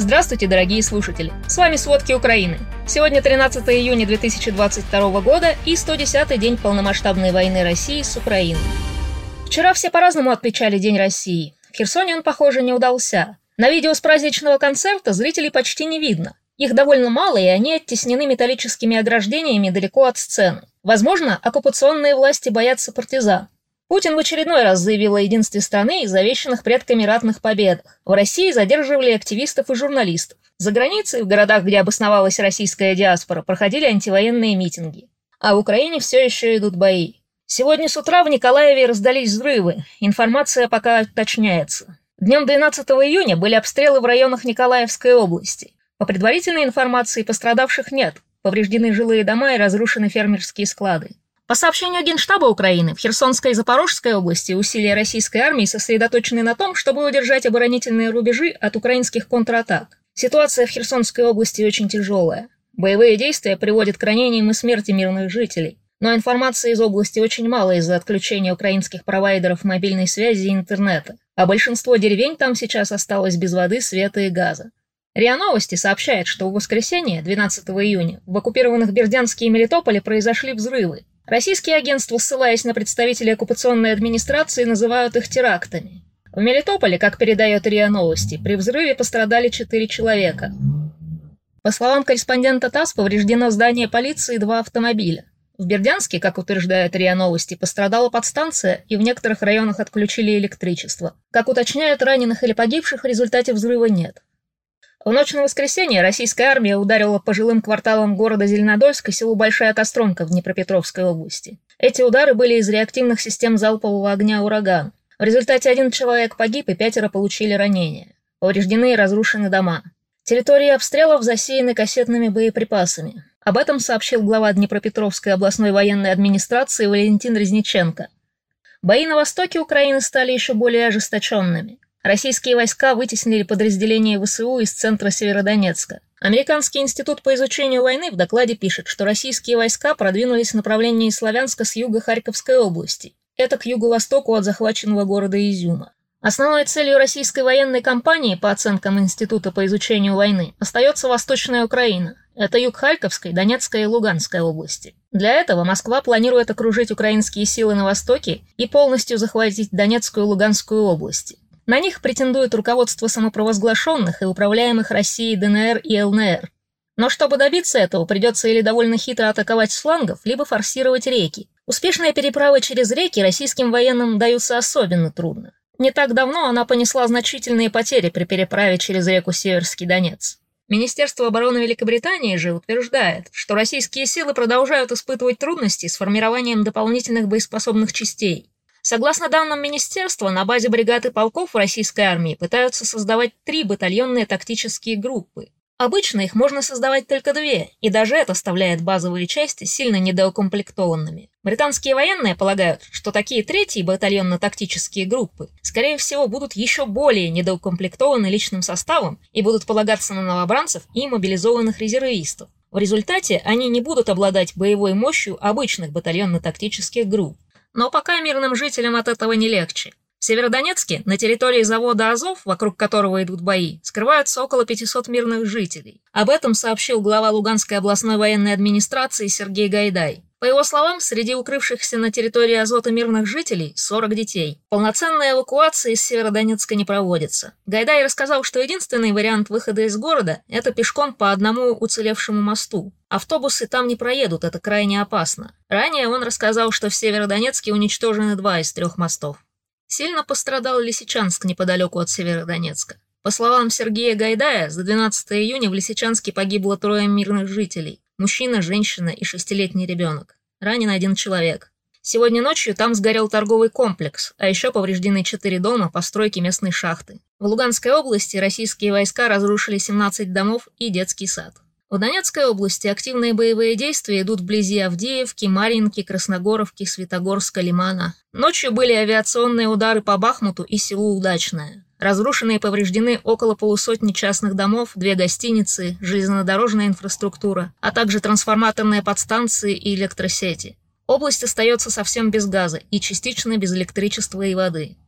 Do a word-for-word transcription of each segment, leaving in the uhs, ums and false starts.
Здравствуйте, дорогие слушатели! С вами «Сводки Украины». Сегодня тринадцатое июня две тысячи двадцать второго года и сто десятый день полномасштабной войны России с Украиной. Вчера все по-разному отмечали День России. В Херсоне он, похоже, не удался. На видео с праздничного концерта зрителей почти не видно. Их довольно мало, и они оттеснены металлическими ограждениями далеко от сцены. Возможно, оккупационные власти боятся партизан. Путин в очередной раз заявил о единстве страны и завещанных предками ратных победах. В России задерживали активистов и журналистов. За границей, в городах, где обосновалась российская диаспора, проходили антивоенные митинги. А в Украине все еще идут бои. Сегодня с утра в Николаеве раздались взрывы. Информация пока уточняется. Днем двенадцатого июня были обстрелы в районах Николаевской области. По предварительной информации пострадавших нет. Повреждены жилые дома и разрушены фермерские склады. По сообщению Генштаба Украины, в Херсонской и Запорожской области усилия российской армии сосредоточены на том, чтобы удержать оборонительные рубежи от украинских контратак. Ситуация в Херсонской области очень тяжелая. Боевые действия приводят к ранениям и смерти мирных жителей. Но информации из области очень мало из-за отключения украинских провайдеров мобильной связи и интернета. А большинство деревень там сейчас осталось без воды, света и газа. РИА Новости сообщает, что в воскресенье, двенадцатого июня, в оккупированных Бердянске и Мелитополе произошли взрывы. Российские агентства, ссылаясь на представителей оккупационной администрации, называют их терактами. В Мелитополе, как передает РИА Новости, при взрыве пострадали четыре человека. По словам корреспондента ТАСС, повреждено здание полиции и два автомобиля. В Бердянске, как утверждает РИА Новости, пострадала подстанция, и в некоторых районах отключили электричество. Как уточняют, раненых или погибших в результате взрыва нет. В ночь на воскресенье российская армия ударила по жилым кварталам города Зеленодольск и селу Большая Костромка в Днепропетровской области. Эти удары были из реактивных систем залпового огня «Ураган». В результате один человек погиб и пятеро получили ранения. Повреждены и разрушены дома. Территории обстрелов засеяны кассетными боеприпасами. Об этом сообщил глава Днепропетровской областной военной администрации Валентин Резниченко. Бои на востоке Украины стали еще более ожесточенными. Российские войска вытеснили подразделения ВСУ из центра Северодонецка. Американский институт по изучению войны в докладе пишет, что российские войска продвинулись в направлении Славянска с юга Харьковской области. Это к юго-востоку от захваченного города Изюма. Основной целью российской военной кампании, по оценкам Института по изучению войны, остается Восточная Украина. Это юг Харьковской, Донецкой и Луганской области. Для этого Москва планирует окружить украинские силы на востоке и полностью захватить Донецкую и Луганскую области. На них претендует руководство самопровозглашенных и управляемых Россией ДНР и ЛНР. Но чтобы добиться этого, придется или довольно хитро атаковать с флангов, либо форсировать реки. Успешные переправы через реки российским военным даются особенно трудно. Не так давно она понесла значительные потери при переправе через реку Северский Донец. Министерство обороны Великобритании же утверждает, что российские силы продолжают испытывать трудности с формированием дополнительных боеспособных частей. Согласно данным министерства, на базе бригад и полков в российской армии пытаются создавать три батальонные тактические группы. Обычно их можно создавать только две, и даже это оставляет базовые части сильно недоукомплектованными. Британские военные полагают, что такие третьи батальонно-тактические группы, скорее всего, будут еще более недоукомплектованы личным составом и будут полагаться на новобранцев и мобилизованных резервистов. В результате они не будут обладать боевой мощью обычных батальонно-тактических групп. Но пока мирным жителям от этого не легче. В Северодонецке, на территории завода «Азов», вокруг которого идут бои, скрываются около пятисот мирных жителей. Об этом сообщил глава Луганской областной военной администрации Сергей Гайдай. По его словам, среди укрывшихся на территории Азота мирных жителей сорок детей. Полноценная эвакуация из Северодонецка не проводится. Гайдай рассказал, что единственный вариант выхода из города – это пешком по одному уцелевшему мосту. Автобусы там не проедут, это крайне опасно. Ранее он рассказал, что в Северодонецке уничтожены два из трех мостов. Сильно пострадал Лисичанск неподалеку от Северодонецка. По словам Сергея Гайдая, за двенадцатое июня в Лисичанске погибло трое мирных жителей. Мужчина, женщина и шестилетний ребенок. Ранен один человек. Сегодня ночью там сгорел торговый комплекс, а еще повреждены четыре дома, постройки местной шахты. В Луганской области российские войска разрушили семнадцать домов и детский сад. В Донецкой области активные боевые действия идут вблизи Авдеевки, Марьинки, Красногоровки, Светогорска, Лимана. Ночью были авиационные удары по Бахмуту и селу Удачное. Разрушены и повреждены около полусотни частных домов, две гостиницы, железнодорожная инфраструктура, а также трансформаторные подстанции и электросети. Область остается совсем без газа и частично без электричества и воды.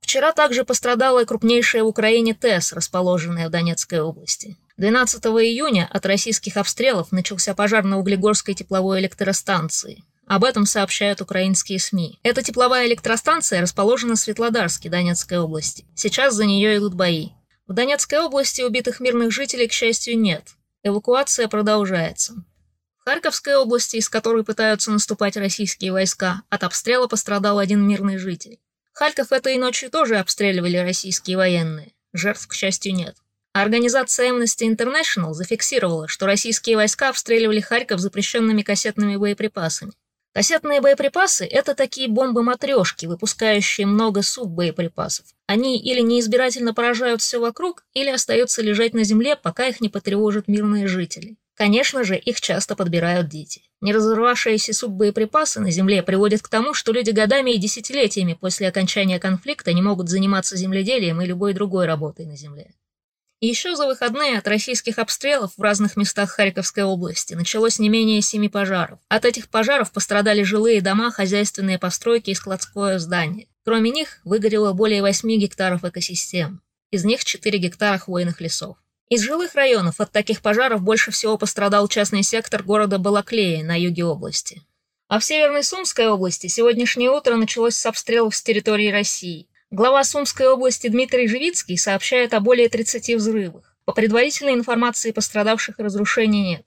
Вчера также пострадала и крупнейшая в Украине ТЭС, расположенная в Донецкой области. двенадцатого июня от российских обстрелов начался пожар на Углегорской тепловой электростанции. Об этом сообщают украинские СМИ. Эта тепловая электростанция расположена в Светлодарске, Донецкой области. Сейчас за нее идут бои. В Донецкой области убитых мирных жителей, к счастью, нет. Эвакуация продолжается. В Харьковской области, из которой пытаются наступать российские войска, от обстрела пострадал один мирный житель. Харьков этой ночью тоже обстреливали российские военные. Жертв, к счастью, нет. А организация Amnesty International зафиксировала, что российские войска обстреливали Харьков запрещенными кассетными боеприпасами. Кассетные боеприпасы – это такие бомбы-матрешки, выпускающие много суббоеприпасов. Они или неизбирательно поражают все вокруг, или остаются лежать на земле, пока их не потревожат мирные жители. Конечно же, их часто подбирают дети. Неразорвавшиеся суббоеприпасы на земле приводят к тому, что люди годами и десятилетиями после окончания конфликта не могут заниматься земледелием и любой другой работой на земле. И еще за выходные от российских обстрелов в разных местах Харьковской области началось не менее семи пожаров. От этих пожаров пострадали жилые дома, хозяйственные постройки и складское здание. Кроме них выгорело более восьми гектаров экосистем. Из них четыре гектара хвойных лесов. Из жилых районов от таких пожаров больше всего пострадал частный сектор города Балаклея на юге области. А в Северной Сумской области сегодняшнее утро началось с обстрелов с территории России. Глава Сумской области Дмитрий Живицкий сообщает о более тридцати взрывах. По предварительной информации пострадавших и разрушений нет.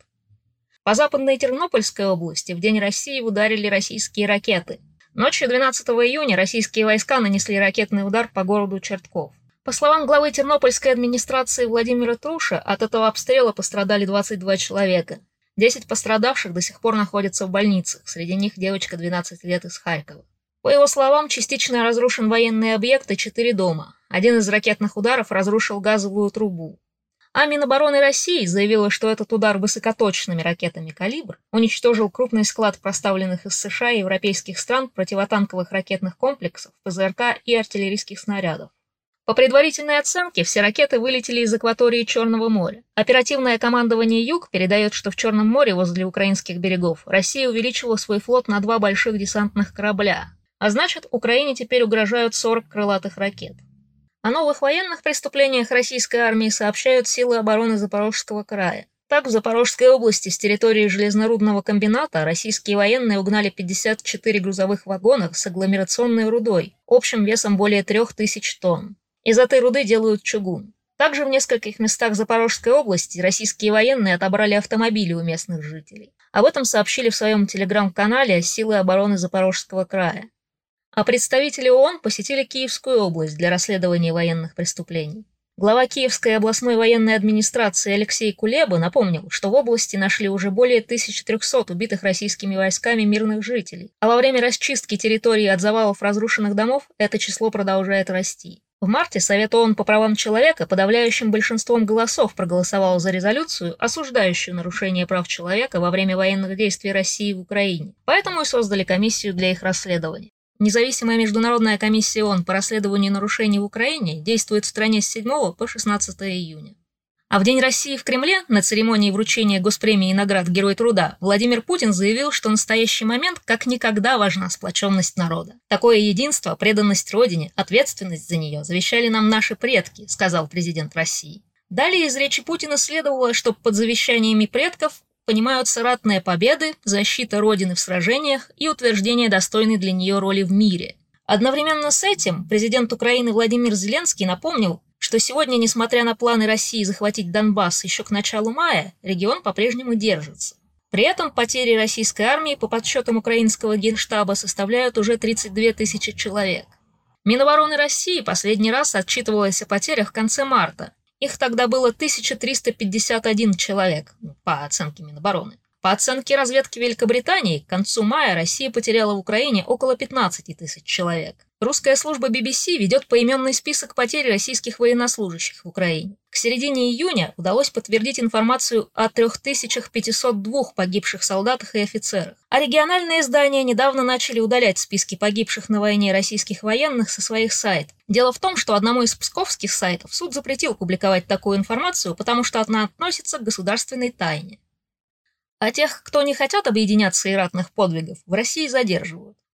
По западной Тернопольской области в День России ударили российские ракеты. Ночью двенадцатого июня российские войска нанесли ракетный удар по городу Чертков. По словам главы Тернопольской администрации Владимира Труша, от этого обстрела пострадали двадцать два человека. десять пострадавших до сих пор находятся в больницах, среди них девочка двенадцати лет из Харькова. По его словам, частично разрушен военный объект и четыре дома. Один из ракетных ударов разрушил газовую трубу. А Минобороны России заявила, что этот удар высокоточными ракетами «Калибр» уничтожил крупный склад проставленных из США и европейских стран противотанковых ракетных комплексов, ПЗРК и артиллерийских снарядов. По предварительной оценке, все ракеты вылетели из акватории Черного моря. Оперативное командование «Юг» передает, что в Черном море возле украинских берегов Россия увеличила свой флот на два больших десантных корабля. А значит, Украине теперь угрожают сорок крылатых ракет. О новых военных преступлениях российской армии сообщают силы обороны Запорожского края. Так, в Запорожской области с территории железнорудного комбината российские военные угнали пятьдесят четыре грузовых вагона с агломерационной рудой, общим весом более трех тысяч тонн. Из этой руды делают чугун. Также в нескольких местах Запорожской области российские военные отобрали автомобили у местных жителей. Об этом сообщили в своем телеграм-канале силы обороны Запорожского края. А представители ООН посетили Киевскую область для расследования военных преступлений. Глава Киевской областной военной администрации Алексей Кулеба напомнил, что в области нашли уже более тысячи трёхсот убитых российскими войсками мирных жителей, а во время расчистки территории от завалов разрушенных домов это число продолжает расти. В марте Совет ООН по правам человека подавляющим большинством голосов проголосовал за резолюцию, осуждающую нарушение прав человека во время военных действий России в Украине, поэтому и создали комиссию для их расследования. Независимая международная комиссия ООН по расследованию нарушений в Украине действует в стране с седьмого по шестнадцатое июня. А в День России в Кремле, на церемонии вручения госпремии и наград Герой труда, Владимир Путин заявил, что в настоящий момент как никогда важна сплоченность народа. Такое единство, преданность Родине, ответственность за нее завещали нам наши предки, сказал президент России. Далее из речи Путина следовало, что под завещаниями предков понимаются ратные победы, защита Родины в сражениях и утверждение достойной для нее роли в мире. Одновременно с этим президент Украины Владимир Зеленский напомнил, что сегодня, несмотря на планы России захватить Донбасс еще к началу мая, регион по-прежнему держится. При этом потери российской армии по подсчетам украинского генштаба составляют уже тридцать две тысячи человек. Минобороны России последний раз отчитывалась о потерях в конце марта. Их тогда было тысяча триста пятьдесят один человек, по оценке Минобороны. По оценке разведки Великобритании, к концу мая Россия потеряла в Украине около пятнадцати тысяч человек. Русская служба би би си ведет поименный список потерь российских военнослужащих в Украине. К середине июня удалось подтвердить информацию о трёх тысячах пятистах двух погибших солдатах и офицерах. А региональные издания недавно начали удалять списки погибших на войне российских военных со своих сайтов. Дело в том, что одному из псковских сайтов суд запретил публиковать такую информацию, потому что она относится к государственной тайне. А тех, кто не хотят объединяться и ратных подвигов, в России задерживают.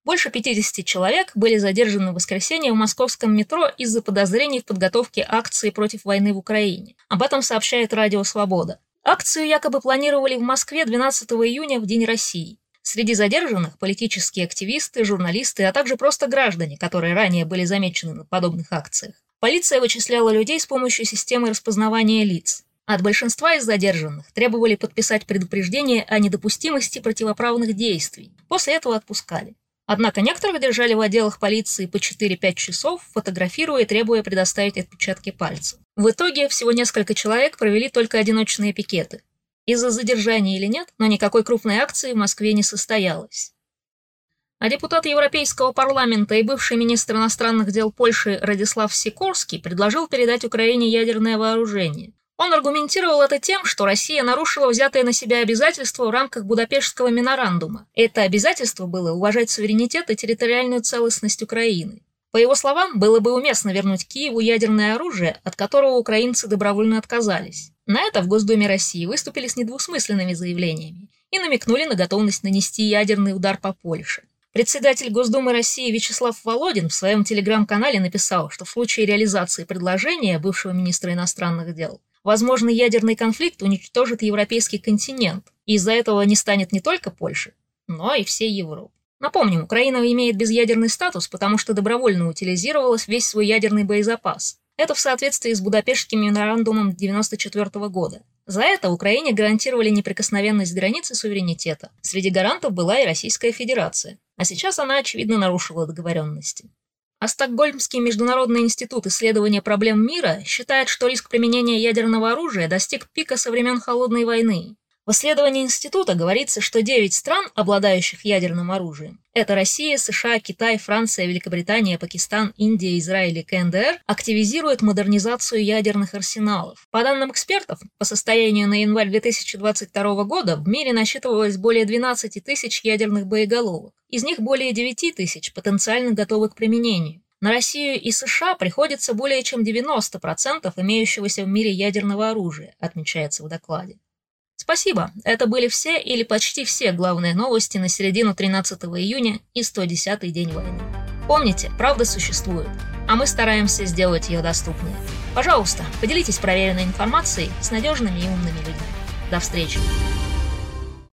Больше пятидесяти человек были задержаны в воскресенье в московском метро из-за подозрений в подготовке акции против войны в Украине. Об этом сообщает Радио Свобода. Акцию якобы планировали в Москве двенадцатого июня в День России. Среди задержанных – политические активисты, журналисты, а также просто граждане, которые ранее были замечены на подобных акциях. Полиция вычисляла людей с помощью системы распознавания лиц. От большинства из задержанных требовали подписать предупреждение о недопустимости противоправных действий. После этого отпускали. Однако некоторых держали в отделах полиции по четыре-пять часов, фотографируя и требуя предоставить отпечатки пальцев. В итоге всего несколько человек провели только одиночные пикеты. Из-за задержания или нет, но никакой крупной акции в Москве не состоялось. А депутат Европейского парламента и бывший министр иностранных дел Польши Радислав Сикорский предложил передать Украине ядерное вооружение. Он аргументировал это тем, что Россия нарушила взятое на себя обязательство в рамках Будапештского меморандума. Это обязательство было уважать суверенитет и территориальную целостность Украины. По его словам, было бы уместно вернуть Киеву ядерное оружие, от которого украинцы добровольно отказались. На это в Госдуме России выступили с недвусмысленными заявлениями и намекнули на готовность нанести ядерный удар по Польше. Председатель Госдумы России Вячеслав Володин в своем телеграм-канале написал, что в случае реализации предложения бывшего министра иностранных дел возможный ядерный конфликт уничтожит европейский континент, и из-за этого не станет не только Польши, но и всей Европы. Напомним, Украина имеет безъядерный статус, потому что добровольно утилизировала весь свой ядерный боезапас. Это в соответствии с Будапештским меморандумом девяносто четвёртого года. За это Украине гарантировали неприкосновенность границ и суверенитета. Среди гарантов была и Российская Федерация. А сейчас она, очевидно, нарушила договоренности. А Стокгольмский международный институт исследования проблем мира считает, что риск применения ядерного оружия достиг пика со времен Холодной войны. В исследовании института говорится, что девять стран, обладающих ядерным оружием – это Россия, США, Китай, Франция, Великобритания, Пакистан, Индия, Израиль и КНДР – активизируют модернизацию ядерных арсеналов. По данным экспертов, по состоянию на январь две тысячи двадцать второго года в мире насчитывалось более двенадцати тысяч ядерных боеголовок. Из них более девяти тысяч потенциально готовы к применению. На Россию и США приходится более чем девяносто процентов имеющегося в мире ядерного оружия, отмечается в докладе. Спасибо, это были все или почти все главные новости на середину тринадцатого июня и сто десятый день войны. Помните, правда существует, а мы стараемся сделать ее доступной. Пожалуйста, поделитесь проверенной информацией с надежными и умными людьми. До встречи!